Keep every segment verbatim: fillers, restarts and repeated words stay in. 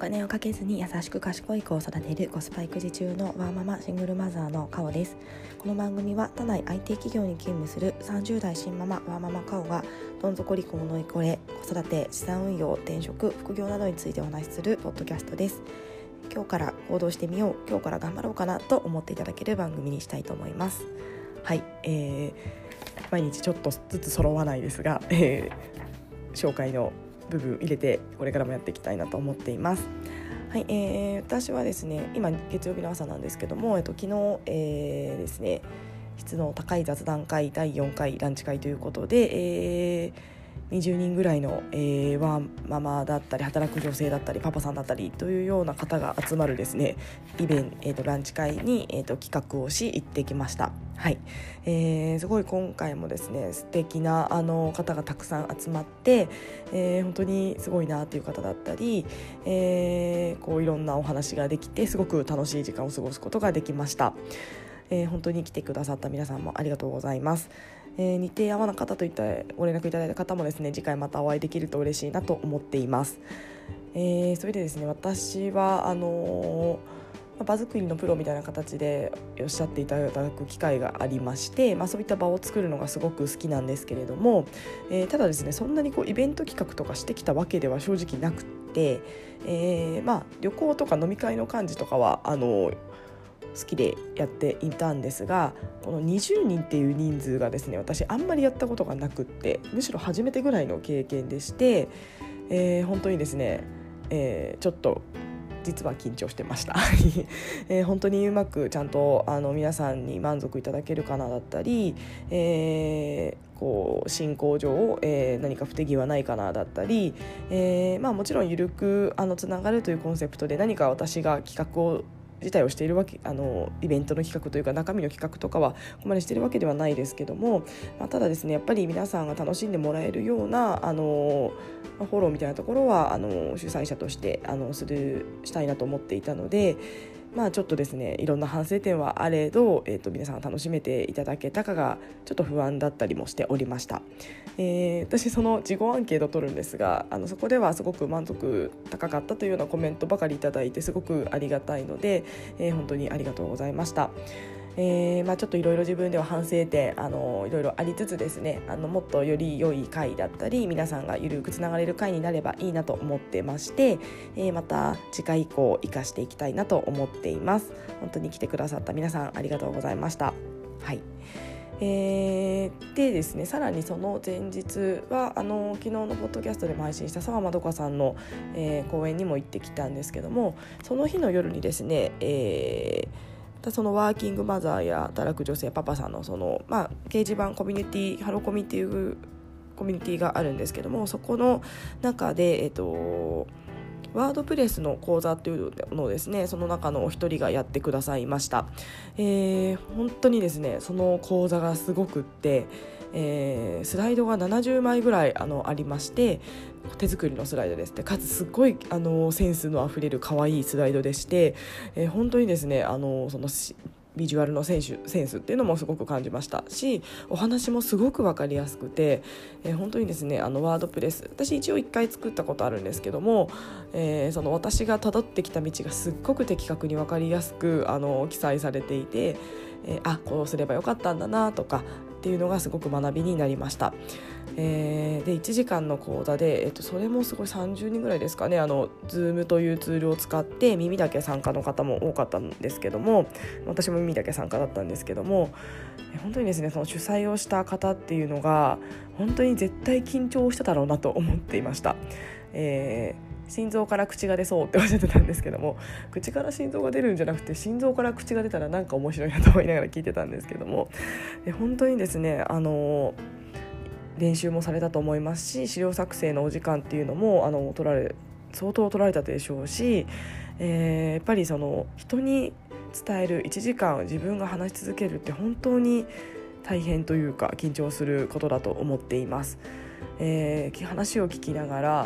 金をかけずに優しく賢い子を育てるコスパ育児中のワーママシングルマザーのカオです。この番組は都内 アイティー 企業に勤務するさんじゅう代新ママワーママカオがどん底離婚の乗り越え、子育て、資産運用、転職、副業などについてお話しするポッドキャストです。今日から行動してみよう、今日から頑張ろうかなと思っていただける番組にしたいと思います。はい、えー、毎日ちょっとずつ揃わないですが、えー、紹介の部分入れてこれからもやっていきたいなと思っています。はい、えー、私はですね、今月曜日の朝なんですけども、えっと、昨日、えー、ですね質の高い雑談会だいよんかいランチ会ということで、えー、にじゅうにんぐらいの、えー、ワーママだったり働く女性だったりパパさんだったりというような方が集まるですねイベント、えー、とランチ会に、えー、と企画をし行ってきました。はい、えー、すごい今回もですね素敵なあの方がたくさん集まって、えー、本当にすごいなという方だったり、えー、こういろんなお話ができてすごく楽しい時間を過ごすことができました。えー、本当に来てくださった皆さんもありがとうございます。えー、日程合わなかったといったご連絡いただいた方もですね次回またお会いできると嬉しいなと思っています。えー、それでですね私はあのー場作りのプロみたいな形でおっしゃっていただく機会がありまして、まあ、そういった場を作るのがすごく好きなんですけれども、えー、ただですねそんなにこうイベント企画とかしてきたわけでは正直なくて、えーまあ、旅行とか飲み会の幹事とかはあの好きでやっていたんですが、このにじゅうにんっていう人数がですね私あんまりやったことがなくって、むしろ初めてぐらいの経験でして、えー、本当にですね、えー、ちょっと実は緊張してました、えー、本当にうまくちゃんとあの皆さんに満足いただけるかなだったり、えー、こう進行上、えー、何か不手際ないかなだったり、えーまあ、もちろんゆるくあのつながるというコンセプトで何か私が企画を自体をしているわけあのイベントの企画というか中身の企画とかはここまでしているわけではないですけども、まあ、ただですねやっぱり皆さんが楽しんでもらえるようなあのフォローみたいなところはあの主催者としてあのするしたいなと思っていたので、まあ、ちょっとですねいろんな反省点はあれど、えーと、皆さんが楽しめていただけたかがちょっと不安だったりもしておりました。えー、私その自己アンケートを取るんですが、あのそこではすごく満足高かったというようなコメントばかりいただいてすごくありがたいので、えー、本当にありがとうございました。えーまあ、ちょっといろいろ自分では反省点あのいろいろありつつですねあのもっとより良い会だったり皆さんがゆるくつながれる会になればいいなと思ってまして、えー、また次回以降生かしていきたいなと思っています。本当に来てくださった皆さんありがとうございました。はい、えー、でですねさらにその前日はあの昨日のポッドキャストでも配信した沢まどかさんの、えー、講演にも行ってきたんですけども、その日の夜にですね、えーそのワーキングマザーや働く女性パパさんのその、まあ、掲示板コミュニティハロコミっていうコミュニティがあるんですけども、そこの中で、えっと、ワードプレスの講座というのをですねその中のお一人がやってくださいました。えー、本当にですねその講座がすごくって、えー、スライドがななじゅうまいぐらい あのありまして、手作りのスライドですって、かつすごいあのセンスのあふれる可愛いスライドでして、えー、本当にですねあのそのビジュアルのセンス、センスっていうのもすごく感じましたし、お話もすごく分かりやすくて、えー、本当にですねあのワードプレス私一応いっかい作ったことあるんですけども、えー、その私が辿ってきた道がすっごく的確に分かりやすくあの記載されていて、えー、あこうすればよかったんだなとかっていうのがすごく学びになりました。えー、でいちじかんの講座で、えっと、それもすごいさんじゅうにんぐらいですかね、あの Zoom というツールを使って耳だけ参加の方も多かったんですけども、私も耳だけ参加だったんですけども、本当にですねその主催をした方っていうのが本当に絶対緊張しただろうなと思っていました。えー心臓から口が出そうっておっしゃってたんですけども、口から心臓が出るんじゃなくて心臓から口が出たらなんか面白いなと思いながら聞いてたんですけども、本当にですねあの練習もされたと思いますし、資料作成のお時間っていうのもあの取られ相当取られたでしょうし、えー、やっぱりその人に伝えるいちじかん自分が話し続けるって本当に大変というか緊張することだと思っています。えー、話を聞きながら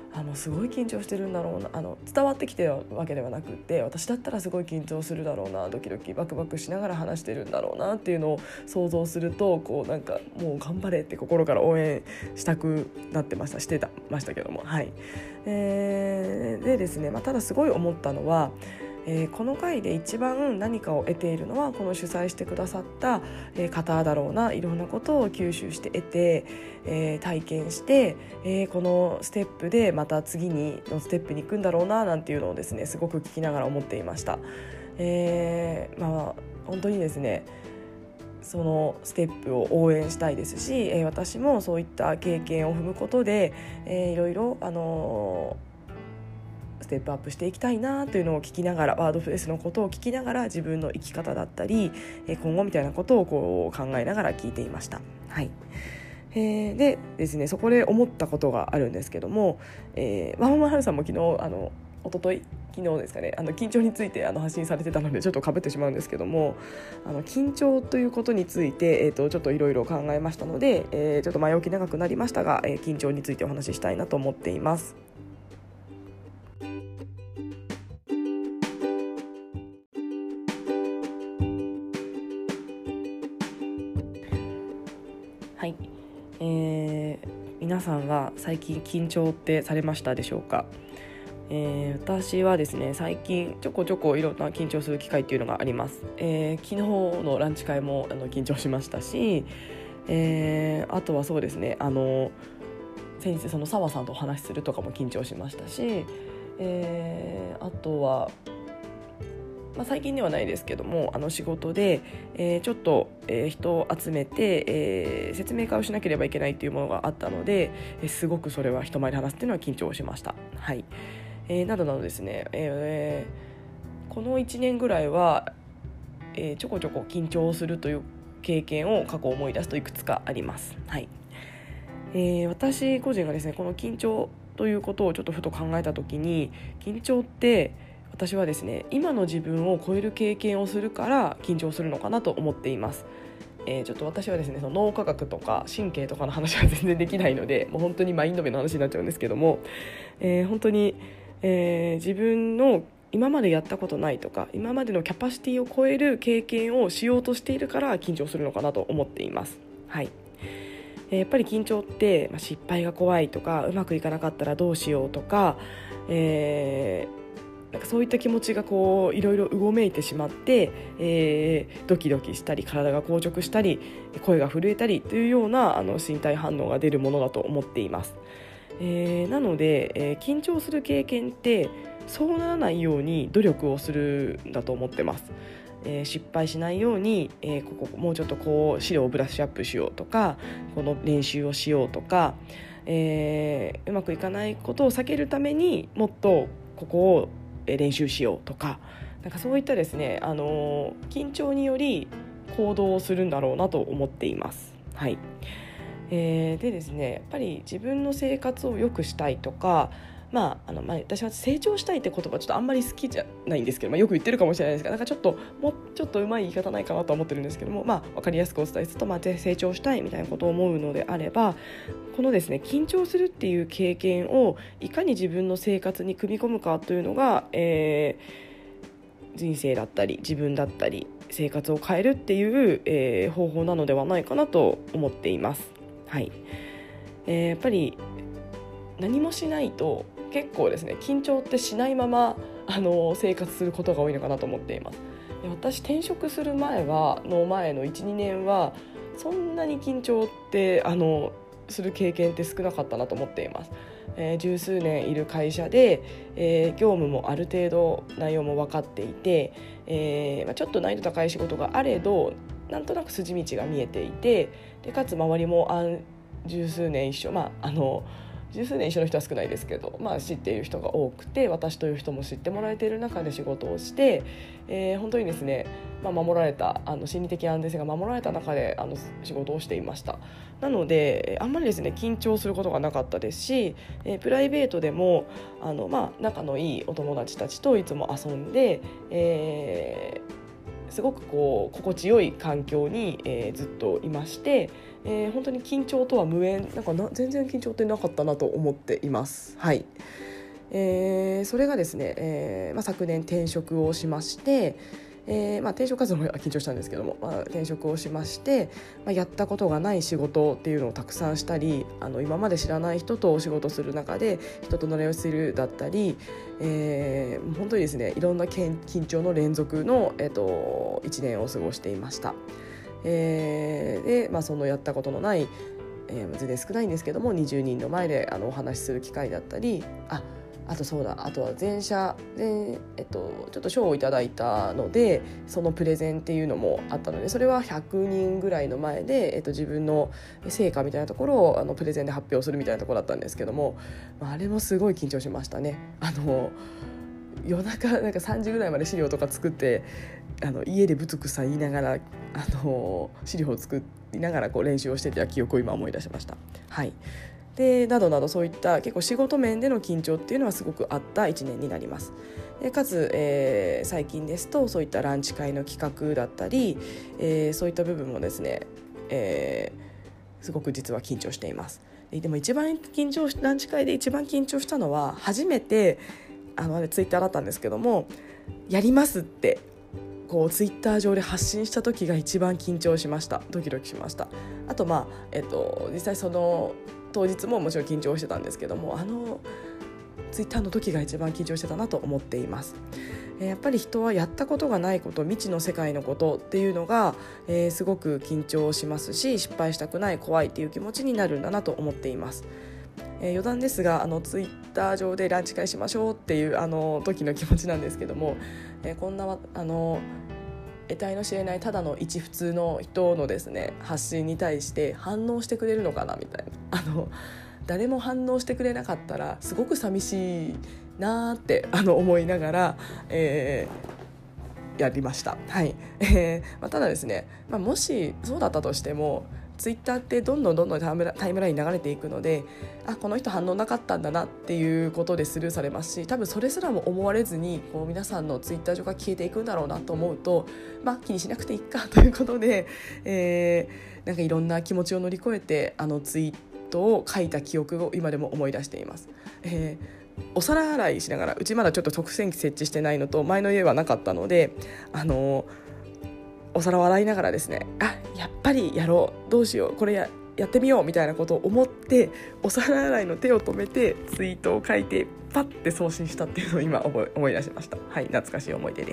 あもうすごい緊張してるんだろうな、あの伝わってきてるわけではなくって、私だったらすごい緊張するだろうな、ドキドキバクバクしながら話してるんだろうなっていうのを想像すると、こうなんかもう頑張れって心から応援したくなってましたしてたましたけども、はい、えー、でですね、まあ、ただすごい思ったのは、えー、この回で一番何かを得ているのはこの主催してくださった、えー、方だろうな。いろんなことを吸収して得て、えー、体験して、えー、このステップでまた次にのステップに行くんだろうななんていうのをですね、すごく聞きながら思っていました。えー、まあ本当にですね、そのステップを応援したいですし、えー、私もそういった経験を踏むことで、えー、いろいろあのーステップアップしていきたいなというのを聞きながら、ワードプレスのことを聞きながら、自分の生き方だったり今後みたいなことをこう考えながら聞いていました。はい、えー、でですね、そこで思ったことがあるんですけども、えー、ワンマンハルさんも昨日あの一昨日昨日ですかね、あの緊張についてあの発信されてたのでちょっと被ってしまうんですけども、あの緊張ということについて、えー、とちょっといろいろ考えましたので、えー、ちょっと前置き長くなりましたが、えー、緊張についてお話ししたいなと思っています。はい、えー、皆さんは最近緊張ってされましたでしょうか。えー、私はですね、最近ちょこちょこいろんな緊張する機会っていうのがあります。えー、昨日のランチ会もあの緊張しましたし、えー、あとはそうですね、あの先日その澤さんとお話しするとかも緊張しましたし、えー、あとはまあ、最近ではないですけども、あの仕事で、えー、ちょっと、えー、人を集めて、えー、説明会をしなければいけないというものがあったので、えー、すごくそれは人前で話すっていうのは緊張しました。はい、えー、などなどですね、えー、このいちねんぐらいは、えー、ちょこちょこ緊張するという経験を過去思い出すといくつかあります。はい、えー、私個人がですね、この緊張ということをちょっとふと考えたときに、緊張って私はですね、今の自分を超える経験をするから緊張するのかなと思っています。えー、ちょっと私はですね、その脳科学とか神経とかの話は全然できないので、もう本当にマインド面の話になっちゃうんですけども、えー、本当に、えー、自分の今までやったことないとか、今までのキャパシティを超える経験をしようとしているから緊張するのかなと思っています。はい、えー、やっぱり緊張って、まあ、失敗が怖いとか、うまくいかなかったらどうしようとか、えーなんかそういった気持ちがこういろいろうごめいてしまって、えー、ドキドキしたり、体が硬直したり、声が震えたりというようなあの身体反応が出るものだと思っています。えー、なので、えー、緊張する経験ってそうならないように努力をするんだと思ってます。えー、失敗しないように、えー、ここもうちょっとこう資料をブラッシュアップしようとか、この練習をしようとか、えー、うまくいかないことを避けるためにもっとここを練習しようとか、なんかそういったですね、あのー、緊張により行動をするんだろうなと思っています。はい、えー、でですね、やっぱり自分の生活を良くしたいとか、まああのまあ、私は成長したいって言葉ちょっとあんまり好きじゃないんですけど、まあ、よく言ってるかもしれないですが、なんかちょっともうちょっとうまい言い方ないかなと思ってるんですけども、まあ、分かりやすくお伝えすると、まあ、成長したいみたいなことを思うのであれば、このですね、緊張するっていう経験をいかに自分の生活に組み込むかというのが、えー、人生だったり自分だったり生活を変えるっていう、えー、方法なのではないかなと思っています。はい、えー、やっぱり何もしないと結構ですね、緊張ってしないままあの生活することが多いのかなと思っています。で、私転職する前はの前の いち,に 年はそんなに緊張ってあのする経験って少なかったなと思っています。えー、十数年いる会社で、えー、業務もある程度内容も分かっていて、えーまあ、ちょっと難易度高い仕事があれどなんとなく筋道が見えていて、でかつ周りもあん十数年一緒、まああの十数年一緒の人は少ないですけど、まあ、知っている人が多くて、私という人も知ってもらえている中で仕事をして、えー、本当にですね、まあ、守られたあの心理的安全性が守られた中であの仕事をしていました。なのであんまりですね緊張することがなかったですし、えー、プライベートでもあの、まあ、仲のいいお友達たちといつも遊んで、えーすごくこう心地よい環境に、えー、ずっといまして、えー、本当に緊張とは無縁、なんかな全然緊張ってなかったなと思っています。はい。えー、それがですね、えーまあ、昨年転職をしまして、えーまあ、転職活動も緊張したんですけども、まあ、転職をしまして、まあ、やったことがない仕事っていうのをたくさんしたり、あの今まで知らない人とお仕事する中で人と乗り合わせるだったり、えー、本当にですねいろんな緊張の連続の、えー、といちねんを過ごしていました。えー、で、まあ、そのやったことのない、えー、全然少ないんですけどもにじゅうにんの前であのお話しする機会だったり、ああとそうだあとは前社で、えっと、ちょっと賞をいただいたのでそのプレゼンっていうのもあったので、それはひゃくにんぐらいの前で、えっと、自分の成果みたいなところをあのプレゼンで発表するみたいなところだったんですけども、あれもすごい緊張しましたね。あの夜中なんかさんじぐらいまで資料とか作って、あの家でブツクサ言いながらあの資料を作りながらこう練習をしてた記憶を今思い出しました。はい。でなどなどそういった結構仕事面での緊張っていうのはすごくあったいちねんになります。でかつ、えー、最近ですとそういったランチ会の企画だったり、えー、そういった部分もですね、えー、すごく実は緊張しています。で, でも一番緊張ランチ会で一番緊張したのは初めてあのあれツイッターだったんですけども、やりますってこうツイッター上で発信した時が一番緊張しました。ドキドキしました。あとまあ、えっと、実際その当日ももちろん緊張してたんですけども、あのツイッターの時が一番緊張してたなと思っています。やっぱり人はやったことがないこと、未知の世界のことっていうのが、えー、すごく緊張しますし、失敗したくない、怖いっていう気持ちになるんだなと思っています。えー、余談ですが、あのツイッター上でランチ会しましょうっていうあの時の気持ちなんですけども、えー、こんなあの得体の知れないただの一普通の人のですね発信に対して反応してくれるのかなみたいな、あの誰も反応してくれなかったらすごく寂しいなってあの思いながら、えー、やりました。はい。えーまあ、ただですね、まあ、もしそうだったとしてもツイッターってどんどんどんどんタイムラ、タイムラインに流れていくので、あこの人反応なかったんだなっていうことでスルーされますし、多分それすらも思われずにこう皆さんのツイッター上が消えていくんだろうなと思うと、まあ、気にしなくていいかということで、えー、なんかいろんな気持ちを乗り越えてあのツイートを書いた記憶を今でも思い出しています。えーお皿洗いしながら、うちまだちょっと食洗機設置してないのと前の家はなかったので、あのお皿を洗いながらですね、あやっぱりやろう、どうしよう、これ や, やってみようみたいなことを思ってお皿洗いの手を止めてツイートを書いてパッて送信したっていうのを今思い、思い出しました。はい、懐かしい思い出です。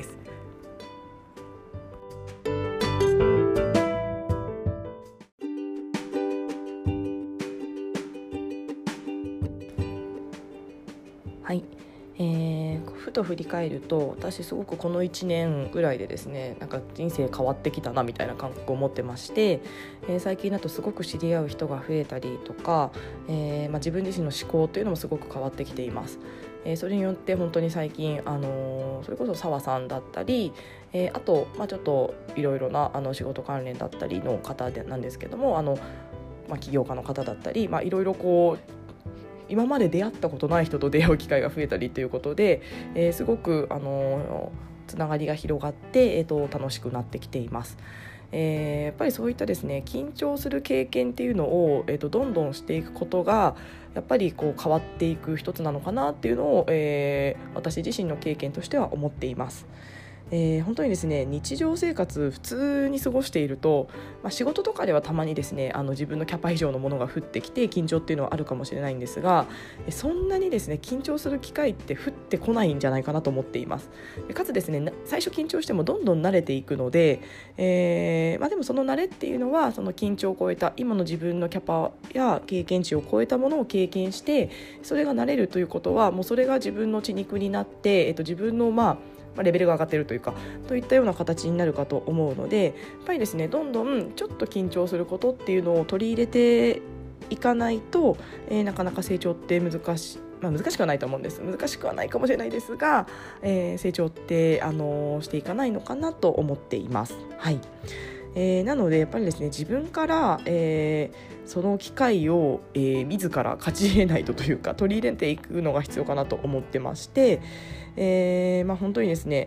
はい、えー、ふと振り返ると私すごくこのいちねんぐらいでですね、なんか人生変わってきたなみたいな感覚を持ってまして、えー、最近だとすごく知り合う人が増えたりとか、えーまあ、自分自身の思考というのもすごく変わってきています。えー、それによって本当に最近、あのー、それこそ澤さんだったり、えー、あと、まあ、ちょっといろいろなあの仕事関連だったりの方でなんですけども、あの、まあ、起業家の方だったり、まあ、いろいろこう今まで出会ったことない人と出会う機会が増えたりということで、えー、すごく、あのー、つながりが広がって、えーと、楽しくなってきています。えー、やっぱりそういったですね緊張する経験っていうのを、えーと、どんどんしていくことがやっぱりこう変わっていく一つなのかなっていうのを、えー、私自身の経験としては思っています。えー、本当にですね日常生活普通に過ごしていると、まあ、仕事とかではたまにですねあの自分のキャパ以上のものが降ってきて緊張っていうのはあるかもしれないんですが、そんなにですね緊張する機会って降ってこないんじゃないかなと思っています。かつですね最初緊張してもどんどん慣れていくので、えーまあ、でもその慣れっていうのはその緊張を超えた今の自分のキャパや経験値を超えたものを経験してそれが慣れるということはもうそれが自分の血肉になって、えっと、自分のまあレベルが上がっているというかといったような形になるかと思うので、やっぱりですねどんどんちょっと緊張することっていうのを取り入れていかないと、えー、なかなか成長って難しい、まあ、難しくはないと思うんです。難しくはないかもしれないですが、えー、成長って、あのー、していかないのかなと思っています。はい。えー、なのでやっぱりですね自分から、えー、その機会を、えー、自ら勝ち得ないとというか取り入れていくのが必要かなと思ってまして、えーまあ、本当にですね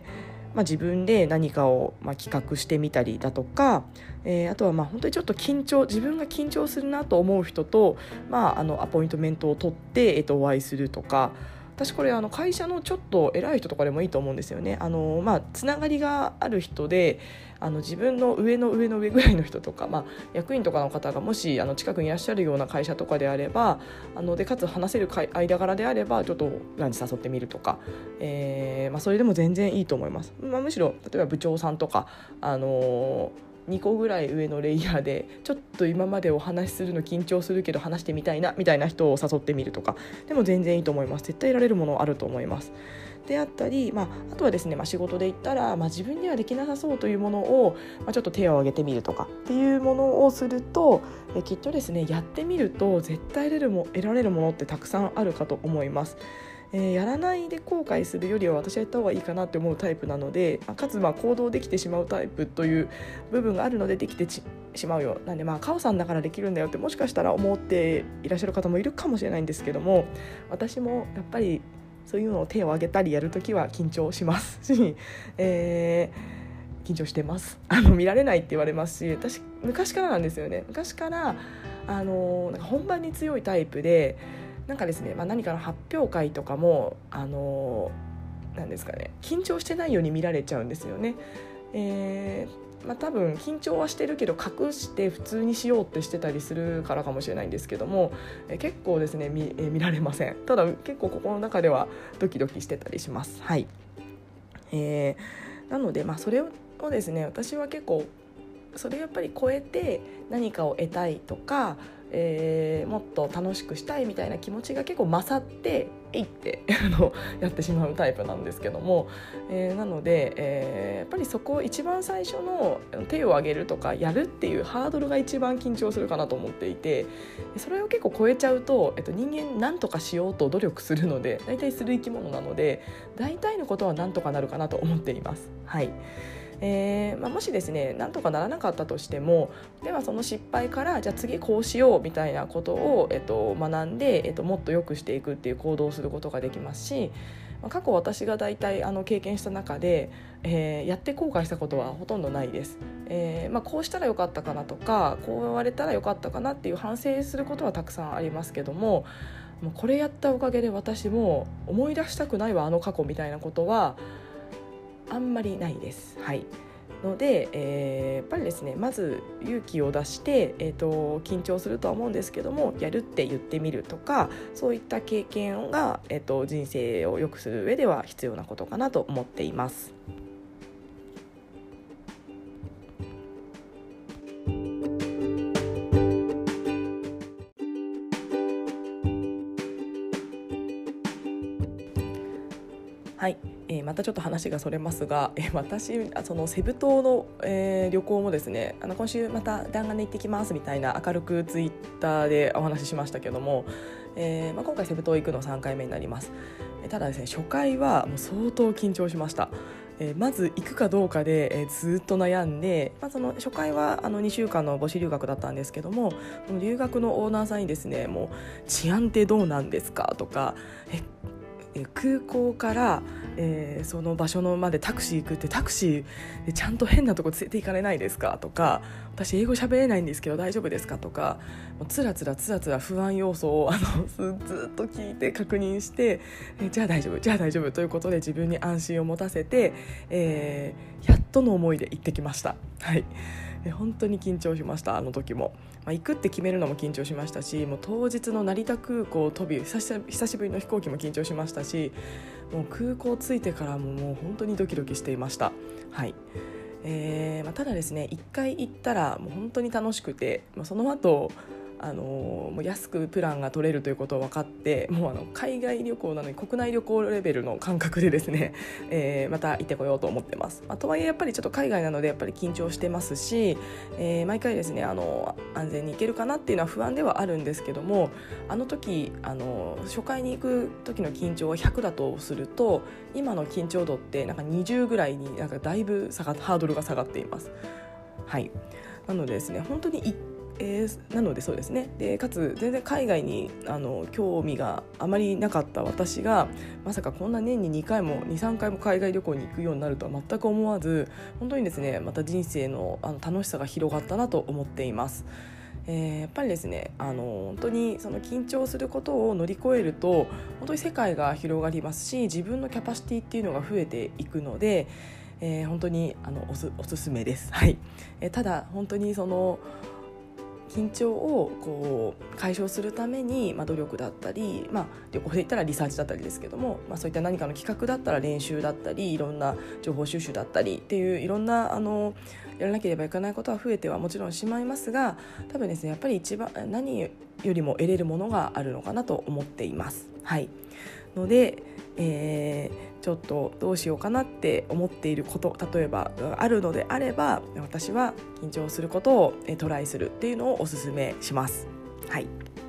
まあ、自分で何かをまあ企画してみたりだとか、えー、あとはまあ本当にちょっと緊張自分が緊張するなと思う人と、まあ、あのアポイントメントを取って、えー、とお会いするとか、私これあの会社のちょっと偉い人とかでもいいと思うんですよね。あの、まあ、つながりがある人で、あの自分の上の上の上ぐらいの人とか、まあ、役員とかの方がもしあの近くにいらっしゃるような会社とかであれば、あのでかつ話せる間柄であればちょっとランチ誘ってみるとか、えーまあ、それでも全然いいと思います。まあ、むしろ例えば部長さんとか、あのーにこぐらい上のレイヤーでちょっと今までお話しするの緊張するけど話してみたいなみたいな人を誘ってみるとかでも全然いいと思います。絶対得られるものあると思います。であったり、まあ、あとはですね、まあ、仕事で言ったら、まあ、自分にはできなさそうというものを、まあ、ちょっと手を挙げてみるとかっていうものをすると、えきっとですねやってみると絶対得られるも、得られるものってたくさんあるかと思います。えー、やらないで後悔するよりは私はやった方がいいかなって思うタイプなので、かつまあ行動できてしまうタイプという部分があるのでできてしまうよなんで、まあカオさんだからできるんだよってもしかしたら思っていらっしゃる方もいるかもしれないんですけども、私もやっぱりそういうのを手を挙げたりやるときは緊張しますし、えー、緊張してます。あの見られないって言われますし、私昔からなんですよね。昔からあのなんか本番に強いタイプで、なんかですね、まあ、何かの発表会とかもあのなんですかね、緊張してないように見られちゃうんですよね。えーまあ、多分緊張はしてるけど隠して普通にしようってしてたりするからかもしれないんですけども、えー、結構ですね 見,、えー、見られません。ただ結構心の中ではドキドキしてたりします。はい。えー、なので、まあ、それをですね私は結構それをやっぱり超えて何かを得たいとか、えー、もっと楽しくしたいみたいな気持ちが結構勝ってえいってやってしまうタイプなんですけども、えー、なので、えー、やっぱりそこを一番最初の手を挙げるとかやるっていうハードルが一番緊張するかなと思っていて、それを結構超えちゃうと、えっと、人間何とかしようと努力するので、大体する生き物なので大体のことは何とかなるかなと思っています。はい。えーまあ、もしですねなんとかならなかったとしても、ではその失敗からじゃあ次こうしようみたいなことを、えっと、学んで、えっと、もっと良くしていくっていう行動をすることができますし、まあ、過去私が大体あの経験した中で、えー、やって後悔したことはほとんどないです。えーまあ、こうしたらよかったかなとかこう言われたらよかったかなっていう反省することはたくさんありますけども、もうこれやったおかげで私も思い出したくないわあの過去みたいなことはあんまりないです。はい。ので、えー、やっぱりですねまず勇気を出して、えーと、緊張するとは思うんですけどもやるって言ってみるとか、そういった経験が、えーと、人生を良くする上では必要なことかなと思っています。はい。えー、またちょっと話がそれますが、えー、私そのセブ島の、えー、旅行もですね、あの今週また弾丸で行ってきますみたいな明るくツイッターでお話ししましたけども、えーまあ、今回セブ島行くのさんかいめになります。ただですね初回はもう相当緊張しました。えー、まず行くかどうかで、えー、ずっと悩んで、まあ、その初回はあのにしゅうかんの母子留学だったんですけども、その留学のオーナーさんにですねもう治安ってどうなんですかとか、え空港から、えー、その場所のまでタクシー行くってタクシーでちゃんと変なとこ連れて行かれないですかとか、私英語喋れないんですけど大丈夫ですかとか、もうつらつらつらつら不安要素をあのずっと聞いて確認して、えー、じゃあ大丈夫じゃあ大丈夫ということで自分に安心を持たせて、えー、やっとの思いで行ってきました。はい。本当に緊張しました。あの時も、まあ、行くって決めるのも緊張しましたし、もう当日の成田空港飛び久し久しぶりの飛行機も緊張しましたし、もう空港着いてからももう本当にドキドキしていました。はい。えーまあ、ただですねいっかい行ったらもう本当に楽しくて、まあ、その後あのもう安くプランが取れるということを分かって、もうあの海外旅行なのに国内旅行レベルの感覚でですね、えー、また行ってこようと思ってます。まあ、とはいえやっぱりちょっと海外なのでやっぱり緊張してますし、えー、毎回ですねあの安全に行けるかなっていうのは不安ではあるんですけども、あの時あの初回に行く時の緊張がひゃくだとすると今の緊張度ってなんかにじゅうぐらいになんかだいぶ下がハードルが下がっています。はい。なのでですね本当にえー、なのでそうですねでかつ全然海外にあの興味があまりなかった私がまさかこんな年ににかいも にさんかいも海外旅行に行くようになるとは全く思わず、本当にですねまた人生の、あの楽しさが広がったなと思っています。えー、やっぱりですねあの本当にその緊張することを乗り越えると本当に世界が広がりますし、自分のキャパシティっていうのが増えていくので、えー、本当にあのおす、おすすめです、はいえー、ただ本当にその緊張をこう解消するために、まあ、努力だったり、まあ、旅行で言ったらリサーチだったりですけども、まあ、そういった何かの企画だったら練習だったりいろんな情報収集だったりっていういろんなあのやらなければいけないことは増えてはもちろんしまいますが、多分ですねやっぱり一番何よりも得れるものがあるのかなと思っています。はいので、えー、ちょっとどうしようかなって思っていること例えばあるのであれば、私は緊張することをトライするっていうのをお勧めします。はい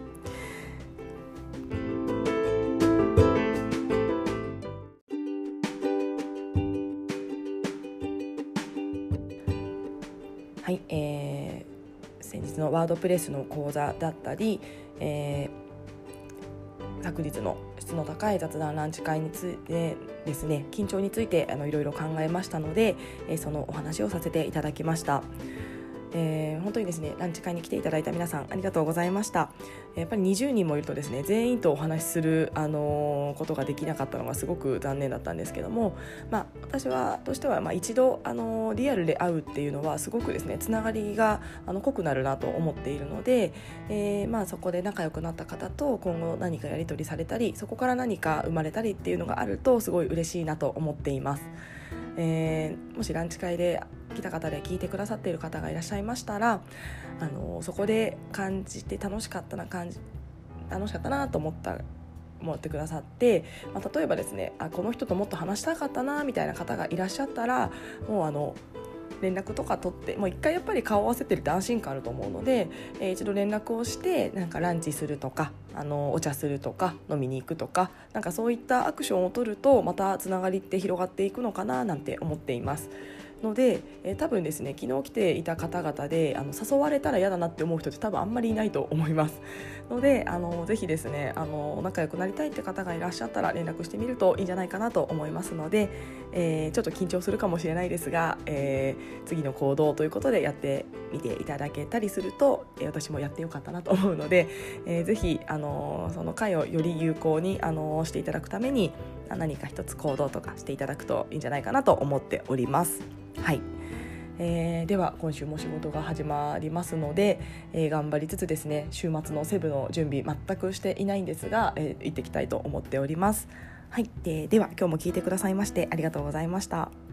はい、えー、先日のワードプレスの講座だったり、えー昨日の質の高い雑談ランチ会についてですね、緊張についてあのいろいろ考えましたので、えー、そのお話をさせていただきました。えー、本当にですねランチ会に来ていただいた皆さんありがとうございました。やっぱりにじゅうにんもいるとですね全員とお話しする、あのー、ことができなかったのがすごく残念だったんですけども、まあ、私はとしては、まあ、一度、あのー、リアルで会うっていうのはすごくですねつながりがあの濃くなるなと思っているので、えーまあ、そこで仲良くなった方と今後何かやり取りされたりそこから何か生まれたりっていうのがあるとすごい嬉しいなと思っています。えー、もしランチ会で来た方で聞いてくださっている方がいらっしゃいましたら、あのそこで感じて楽しかったな感じ楽しかったなと思った思ってくださって、まあ、例えばですねあこの人ともっと話したかったなみたいな方がいらっしゃったら、もうあの連絡とか取ってもう一回やっぱり顔を合わせてるって安心感あると思うので、えー、一度連絡をしてなんかランチするとかあのお茶するとか飲みに行くとかなんかそういったアクションを取るとまたつながりって広がっていくのかななんて思っていますので、えー、多分ですね昨日来ていた方々であの誘われたら嫌だなって思う人って多分あんまりいないと思いますので、あのぜひですねあの仲良くなりたいって方がいらっしゃったら連絡してみるといいんじゃないかなと思いますので、えー、ちょっと緊張するかもしれないですが、えー、次の行動ということでやってみていただけたりすると、えー、私もやってよかったなと思うので、えー、ぜひ、あのその回をより有効に、あのしていただくために何か一つ行動とかしていただくといいんじゃないかなと思っております。はい、えー、では今週も仕事が始まりますので、えー、頑張りつつですね週末のセブの準備全くしていないんですが、えー、行ってきたいと思っております。はい、で、では今日も聞いてくださいましてありがとうございました。